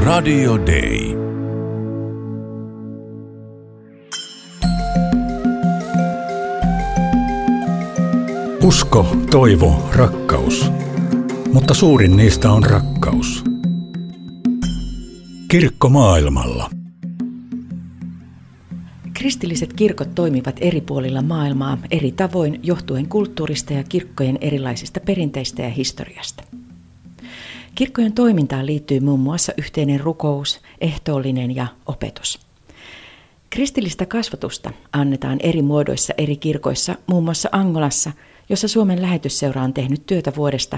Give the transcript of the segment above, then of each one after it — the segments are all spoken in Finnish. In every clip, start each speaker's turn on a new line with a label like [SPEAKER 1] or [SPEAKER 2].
[SPEAKER 1] Radio Day.
[SPEAKER 2] Usko, toivo, rakkaus. Mutta suurin niistä on rakkaus. Kirkko maailmalla.
[SPEAKER 3] Kristilliset kirkot toimivat eri puolilla maailmaa eri tavoin johtuen kulttuurista ja kirkkojen erilaisista perinteistä ja historiasta. Kirkkojen toimintaan liittyy muun muassa yhteinen rukous, ehtoollinen ja opetus. Kristillistä kasvatusta annetaan eri muodoissa eri kirkoissa, muun muassa Angolassa, jossa Suomen lähetysseura on tehnyt työtä vuodesta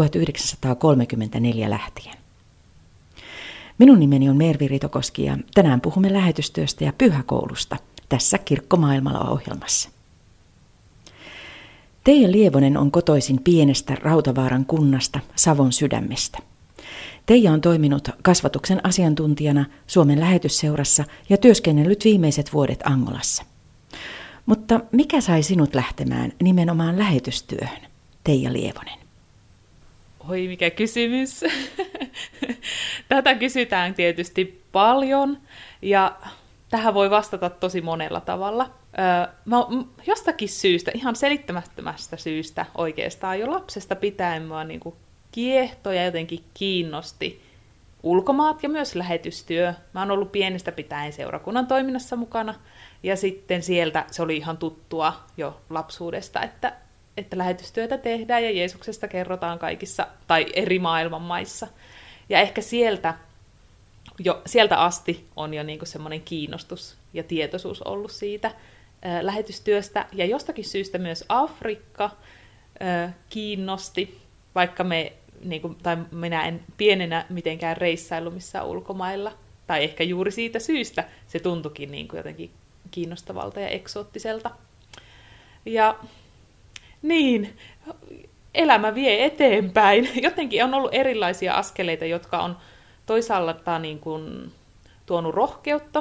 [SPEAKER 3] 1934 lähtien. Minun nimeni on Mervi Ritokoski ja tänään puhumme lähetystyöstä ja pyhäkoulusta tässä Kirkko maailmalla -ohjelmassa. Teija Lievonen on kotoisin pienestä Rautavaaran kunnasta Savon sydämestä. Teija on toiminut kasvatuksen asiantuntijana Suomen lähetysseurassa ja työskennellyt viimeiset vuodet Angolassa. Mutta mikä sai sinut lähtemään nimenomaan lähetystyöhön, Teija Lievonen?
[SPEAKER 4] Oi, mikä kysymys. Tätä kysytään tietysti paljon ja tähän voi vastata tosi monella tavalla. Jostakin syystä, ihan selittämättömästä syystä oikeastaan jo lapsesta pitäen mua niin kuin kiehtoi ja jotenkin kiinnosti ulkomaat ja myös lähetystyö. Mä oon ollut pienestä pitäen seurakunnan toiminnassa mukana ja sitten sieltä se oli ihan tuttua jo lapsuudesta, että lähetystyötä tehdään ja Jeesuksesta kerrotaan kaikissa tai eri maailman maissa. Ja ehkä sieltä asti on jo niin kuin semmoinen kiinnostus ja tietoisuus ollut siitä lähetystyöstä. Ja jostakin syystä myös Afrikka kiinnosti, vaikka minä en pienenä mitenkään reissailu missään ulkomailla. Tai ehkä juuri siitä syystä se tuntuikin niin kuin jotenkin kiinnostavalta ja eksoottiselta. Ja niin, elämä vie eteenpäin. Jotenkin on ollut erilaisia askeleita, jotka on toisaalta niin kuin tuonut rohkeutta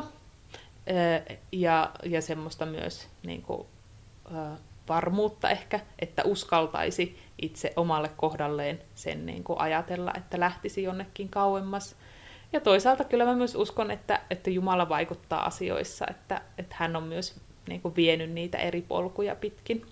[SPEAKER 4] ja semmoista myös niin kuin, varmuutta ehkä, että uskaltaisi itse omalle kohdalleen sen niin kuin ajatella, että lähtisi jonnekin kauemmas. Ja toisaalta kyllä mä myös uskon, että Jumala vaikuttaa asioissa, että hän on myös niin kuin vienyt niitä eri polkuja pitkin.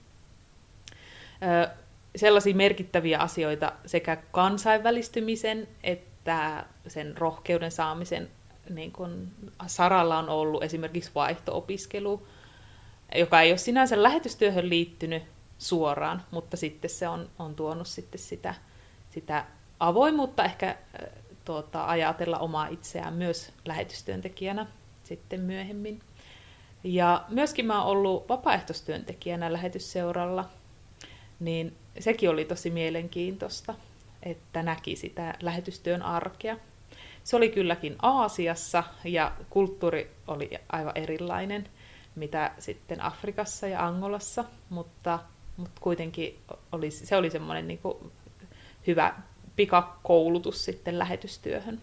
[SPEAKER 4] Sellaisia merkittäviä asioita sekä kansainvälistymisen että sen rohkeuden saamisen niin kun saralla on ollut esimerkiksi vaihto-opiskelu, joka ei ole sinänsä lähetystyöhön liittynyt suoraan, mutta sitten se on tuonut sitten sitä avoimuutta ehkä ajatella omaa itseään myös lähetystyöntekijänä sitten myöhemmin. Ja myöskin mä oon ollut vapaaehtoistyöntekijänä lähetysseuralla, niin sekin oli tosi mielenkiintoista, että näki sitä lähetystyön arkea. Se oli kylläkin Aasiassa ja kulttuuri oli aivan erilainen, mitä sitten Afrikassa ja Angolassa, mutta kuitenkin se oli semmoinen niin kuin hyvä pikakoulutus sitten lähetystyöhön.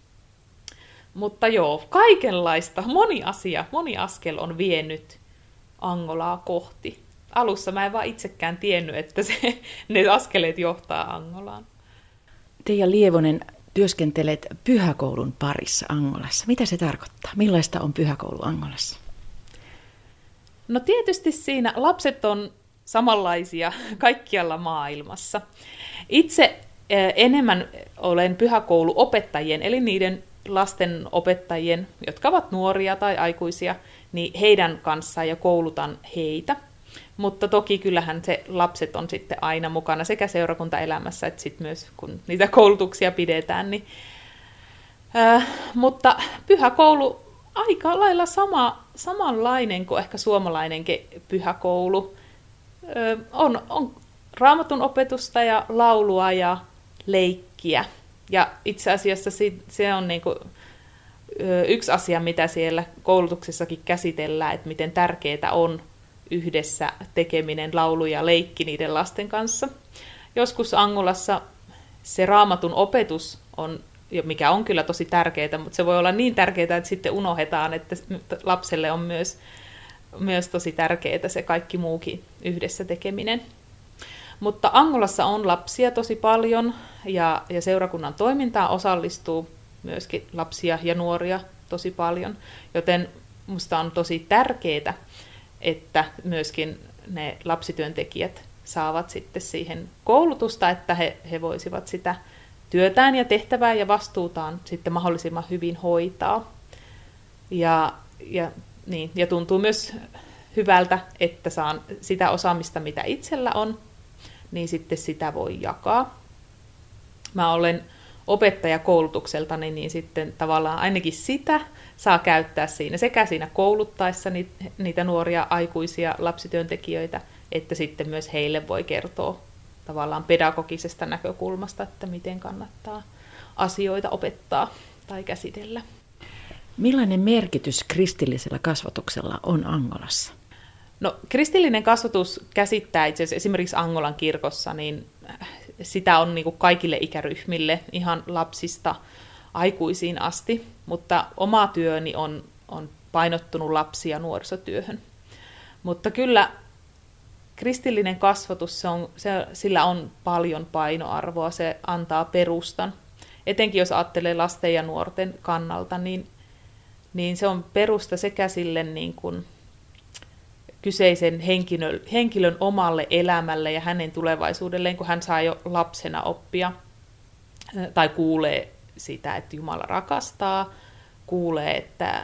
[SPEAKER 4] Mutta joo, kaikenlaista, moni askel on vienyt Angolaa kohti. Alussa mä en vaan itsekään tiennyt, että ne askeleet johtaa Angolaan.
[SPEAKER 3] Teija Lievonen, työskentelet pyhäkoulun parissa Angolassa. Mitä se tarkoittaa? Millaista on pyhäkoulu Angolassa?
[SPEAKER 4] No tietysti siinä lapset on samanlaisia kaikkialla maailmassa. Itse enemmän olen pyhäkouluopettajien, eli niiden lasten opettajien, jotka ovat nuoria tai aikuisia, niin heidän kanssaan ja koulutan heitä. Mutta toki kyllähän se lapset on sitten aina mukana sekä seurakuntaelämässä että sitten myös kun niitä koulutuksia pidetään. Niin, mutta pyhäkoulu aika lailla samanlainen kuin ehkä suomalainenkin pyhäkoulu. On raamatun opetusta ja laulua ja leikkiä. Ja itse asiassa se on niinku yksi asia, mitä siellä koulutuksessakin käsitellään, että miten tärkeää on yhdessä tekeminen, laulu ja leikki niiden lasten kanssa. Joskus Angolassa se raamatun opetus on, mikä on kyllä tosi tärkeää, mutta se voi olla niin tärkeää, että sitten unohdetaan, että lapselle on myös tosi tärkeää se kaikki muukin yhdessä tekeminen. Mutta Angolassa on lapsia tosi paljon ja seurakunnan toimintaan osallistuu myöskin lapsia ja nuoria tosi paljon. Joten musta on tosi tärkeää, että myöskin ne lapsityöntekijät saavat sitten siihen koulutusta, että he voisivat sitä työtään ja tehtävää ja vastuutaan sitten mahdollisimman hyvin hoitaa. Ja tuntuu myös hyvältä, että saan sitä osaamista, mitä itsellä on, niin sitten sitä voi jakaa. Mä olen opettajakoulutukseltani, niin sitten tavallaan ainakin sitä saa käyttää siinä, sekä siinä kouluttaessa niitä nuoria aikuisia lapsityöntekijöitä, että sitten myös heille voi kertoa tavallaan pedagogisesta näkökulmasta, että miten kannattaa asioita opettaa tai käsitellä.
[SPEAKER 3] Millainen merkitys kristillisellä kasvatuksella on Angolassa?
[SPEAKER 4] No, kristillinen kasvatus käsittää itse asiassa esimerkiksi Angolan kirkossa, niin sitä on niin kuin kaikille ikäryhmille, ihan lapsista aikuisiin asti, mutta oma työni on painottunut lapsi- ja nuorisotyöhön. Mutta kyllä kristillinen kasvatus, sillä on paljon painoarvoa, se antaa perustan. Etenkin jos ajattelee lasten ja nuorten kannalta, niin se on perusta sekä sille niin kuin kyseisen henkilön omalle elämälle ja hänen tulevaisuudelleen, kun hän saa jo lapsena oppia tai kuulee sitä, että Jumala rakastaa, kuulee, että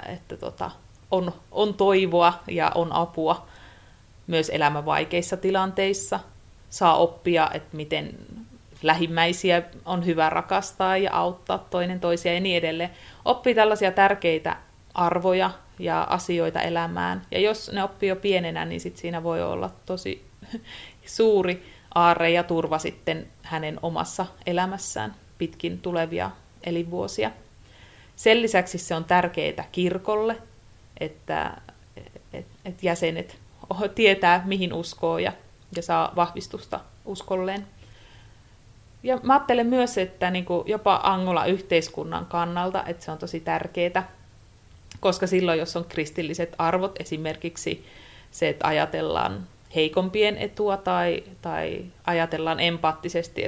[SPEAKER 4] on toivoa ja on apua myös elämän vaikeissa tilanteissa, saa oppia, että miten lähimmäisiä on hyvä rakastaa ja auttaa toinen toisia ja niin edelleen. Oppii tällaisia tärkeitä arvoja ja asioita elämään. Ja jos ne oppii jo pienenä, niin sit siinä voi olla tosi suuri aarre ja turva sitten hänen omassa elämässään pitkin tulevia elinvuosia. Sen lisäksi se on tärkeää kirkolle, että jäsenet tietää, mihin uskoo ja saa vahvistusta uskolleen. Ja mä ajattelen myös, että niin kuin jopa Angola-yhteiskunnan kannalta, että se on tosi tärkeää, koska silloin, jos on kristilliset arvot, esimerkiksi se, että ajatellaan heikompien etua tai ajatellaan empaattisesti,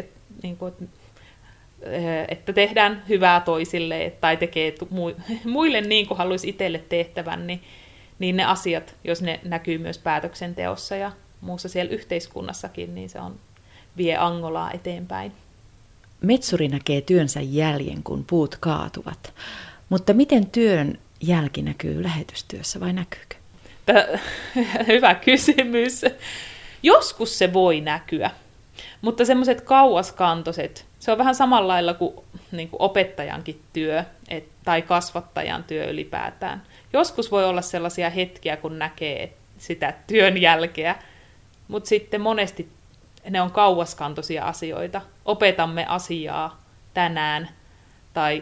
[SPEAKER 4] että tehdään hyvää toisille tai tekee muille niin kuin haluaisi itselle tehtävän, niin ne asiat, jos ne näkyy myös päätöksenteossa ja muussa siellä yhteiskunnassakin, niin se vie Angolaa eteenpäin.
[SPEAKER 3] Metsuri näkee työnsä jäljen, kun puut kaatuvat. Mutta miten työn jälki näkyy lähetystyössä vai näkyykö?
[SPEAKER 4] Hyvä kysymys. Joskus se voi näkyä, mutta semmoiset kauaskantoiset, se on vähän samalla lailla kuin opettajankin työ tai kasvattajan työ ylipäätään. Joskus voi olla sellaisia hetkiä, kun näkee sitä työn jälkeä, mutta sitten monesti ne on kauaskantoisia asioita. Opetamme asiaa tänään tai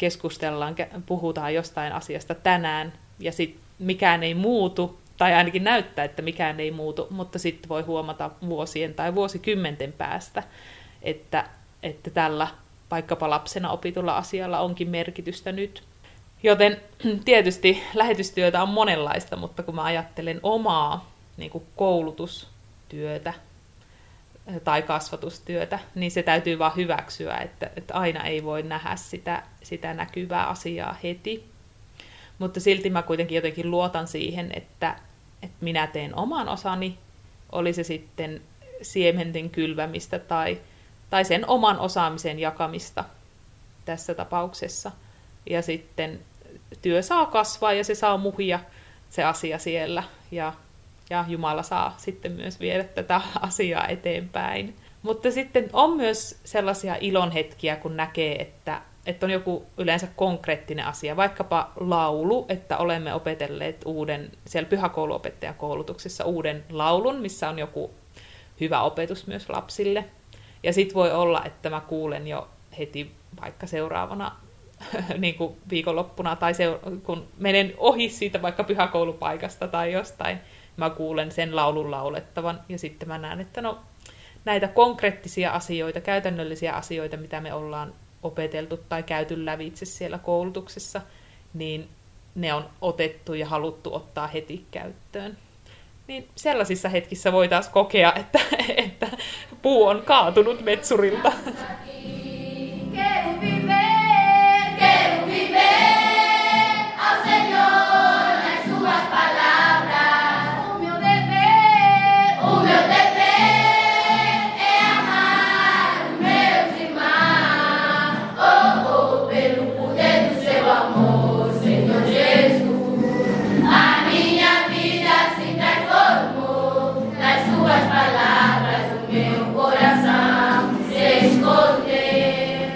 [SPEAKER 4] puhutaan jostain asiasta tänään ja sitten mikään ei muutu, tai ainakin näyttää, että mikään ei muutu, mutta sitten voi huomata vuosien tai vuosikymmenten päästä, että tällä vaikkapa lapsena opitulla asialla onkin merkitystä nyt. Joten tietysti lähetystyötä on monenlaista, mutta kun mä ajattelen omaa niin kuin koulutustyötä tai kasvatustyötä, niin se täytyy vaan hyväksyä, että aina ei voi nähdä sitä näkyvää asiaa heti. Mutta silti mä kuitenkin jotenkin luotan siihen, että minä teen oman osani, oli se sitten siementen kylvämistä tai sen oman osaamisen jakamista tässä tapauksessa. Ja sitten työ saa kasvaa ja se saa muhia se asia siellä ja Jumala saa sitten myös viedä tätä asiaa eteenpäin. Mutta sitten on myös sellaisia ilonhetkiä, kun näkee, että on joku yleensä konkreettinen asia, vaikkapa laulu, että olemme opetelleet siellä pyhäkouluopettajakoulutuksessa uuden laulun, missä on joku hyvä opetus myös lapsille. Ja sitten voi olla, että mä kuulen jo heti vaikka seuraavana niin kuin viikonloppuna, tai kun menen ohi siitä vaikka pyhäkoulupaikasta tai jostain, mä kuulen sen laulun laulettavan, ja sitten mä näen, että näitä konkreettisia asioita, käytännöllisiä asioita, mitä me ollaan opeteltu tai käyty lävitse siellä koulutuksessa, niin ne on otettu ja haluttu ottaa heti käyttöön. Niin sellaisissa hetkissä voi taas kokea, että puu on kaatunut metsurilta.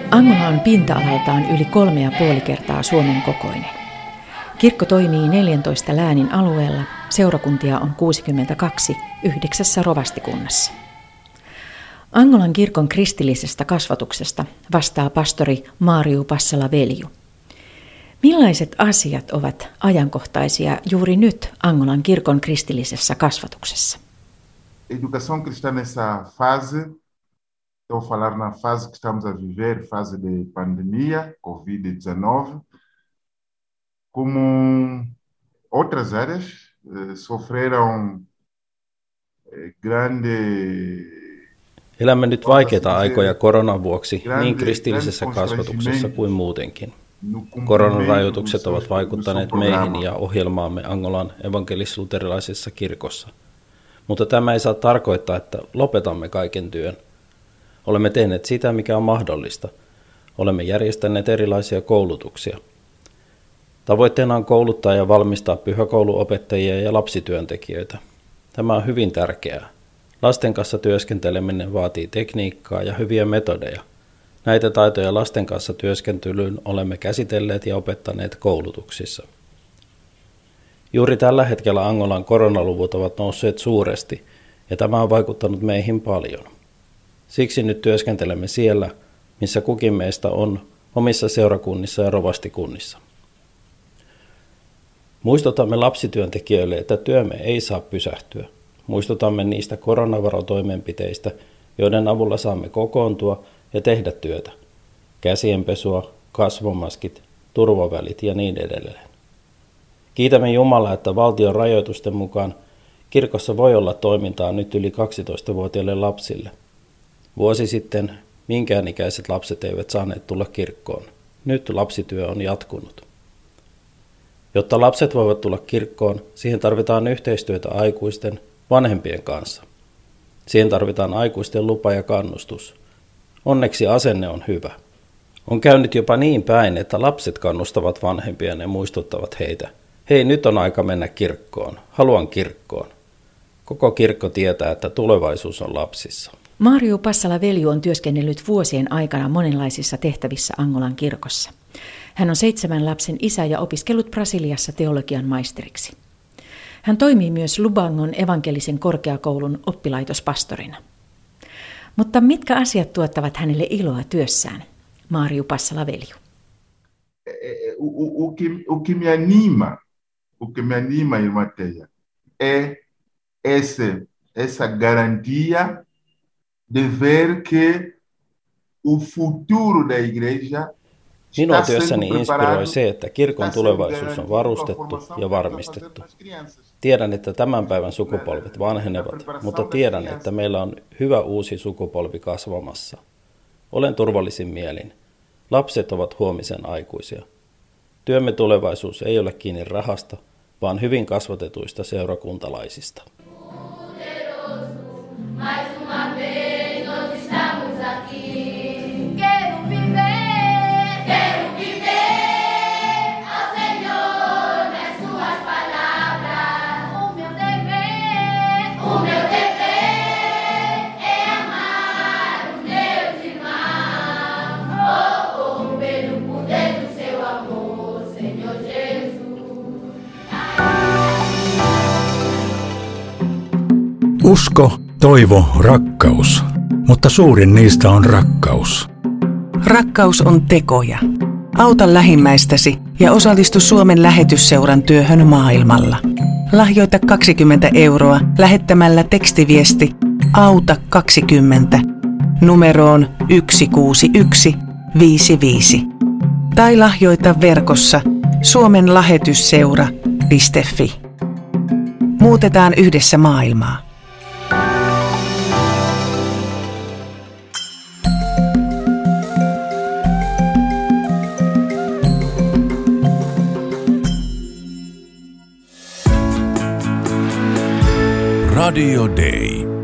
[SPEAKER 3] Angola on pinta-alaltaan yli 3,5 kertaa Suomen kokoinen. Kirkko toimii 14 läänin alueella, seurakuntia on 62, 9 rovastikunnassa. Angolan kirkon kristillisestä kasvatuksesta vastaa pastori Mariu Passala-Velju. Millaiset asiat ovat ajankohtaisia juuri nyt Angolan kirkon kristillisessä kasvatuksessa?
[SPEAKER 1] Educação cristã nessa fase, eu vou falar na fase que estamos a viver, fase de pandemia, Covid-19, como outras áreas sofreram grande.
[SPEAKER 5] Elämme nyt vaikeita aikoja koronan vuoksi niin kristillisessä kasvatuksessa kuin muutenkin. Koronan rajoitukset ovat vaikuttaneet meihin ja ohjelmaamme Angolan evankelis-luterilaisessa kirkossa. Mutta tämä ei saa tarkoittaa, että lopetamme kaiken työn. Olemme tehneet sitä, mikä on mahdollista. Olemme järjestäneet erilaisia koulutuksia. Tavoitteena on kouluttaa ja valmistaa pyhäkouluopettajia ja lapsityöntekijöitä. Tämä on hyvin tärkeää. Lasten kanssa työskenteleminen vaatii tekniikkaa ja hyviä metodeja. Näitä taitoja lasten kanssa työskentelyyn olemme käsitelleet ja opettaneet koulutuksissa. Juuri tällä hetkellä Angolan koronaluvut ovat nousseet suuresti, ja tämä on vaikuttanut meihin paljon. Siksi nyt työskentelemme siellä, missä kukin meistä on, omissa seurakunnissa ja rovastikunnissa. Muistutamme lapsityöntekijöille, että työmme ei saa pysähtyä. Muistutamme niistä koronavarotoimenpiteistä, joiden avulla saamme kokoontua ja tehdä työtä. Käsienpesua, kasvomaskit, turvavälit ja niin edelleen. Kiitämme Jumalaa, että valtion rajoitusten mukaan kirkossa voi olla toimintaa nyt yli 12-vuotiaille lapsille. Vuosi sitten minkään ikäiset lapset eivät saaneet tulla kirkkoon. Nyt lapsityö on jatkunut. Jotta lapset voivat tulla kirkkoon, siihen tarvitaan yhteistyötä aikuisten, vanhempien kanssa. Siihen tarvitaan aikuisten lupa ja kannustus. Onneksi asenne on hyvä. On käynyt jopa niin päin, että lapset kannustavat vanhempia ja muistuttavat heitä. Hei, nyt on aika mennä kirkkoon. Haluan kirkkoon. Koko kirkko tietää, että tulevaisuus on lapsissa.
[SPEAKER 3] Mariu Passala-Velju on työskennellyt vuosien aikana monenlaisissa tehtävissä Angolan kirkossa. Hän on 7 lapsen isä ja opiskellut Brasiliassa teologian maisteriksi. Hän toimii myös Lubangon evankelisen korkeakoulun oppilaitospastorina. Mutta mitkä asiat tuottavat hänelle iloa työssään? Mariu Passala-Velju.
[SPEAKER 1] O que me anima, irmã Teija, é essa garantia de ver que o futuro da igreja.
[SPEAKER 5] Minua työssäni inspiroi se, että kirkon tulevaisuus on varustettu ja varmistettu. Tiedän, että tämän päivän sukupolvet vanhenevat, mutta tiedän, että meillä on hyvä uusi sukupolvi kasvamassa. Olen turvallisin mielin. Lapset ovat huomisen aikuisia. Työmme tulevaisuus ei ole kiinni rahasta, vaan hyvin kasvatetuista seurakuntalaisista.
[SPEAKER 2] Usko, toivo, rakkaus, mutta suurin niistä on rakkaus.
[SPEAKER 6] Rakkaus on tekoja. Auta lähimmäistäsi ja osallistu Suomen lähetysseuran työhön maailmalla. Lahjoita 20 € lähettämällä tekstiviesti Auta 20 numeroon 16155 tai lahjoita verkossa suomenlähetysseura.fi. Muutetaan yhdessä maailmaa.
[SPEAKER 7] Radio Day.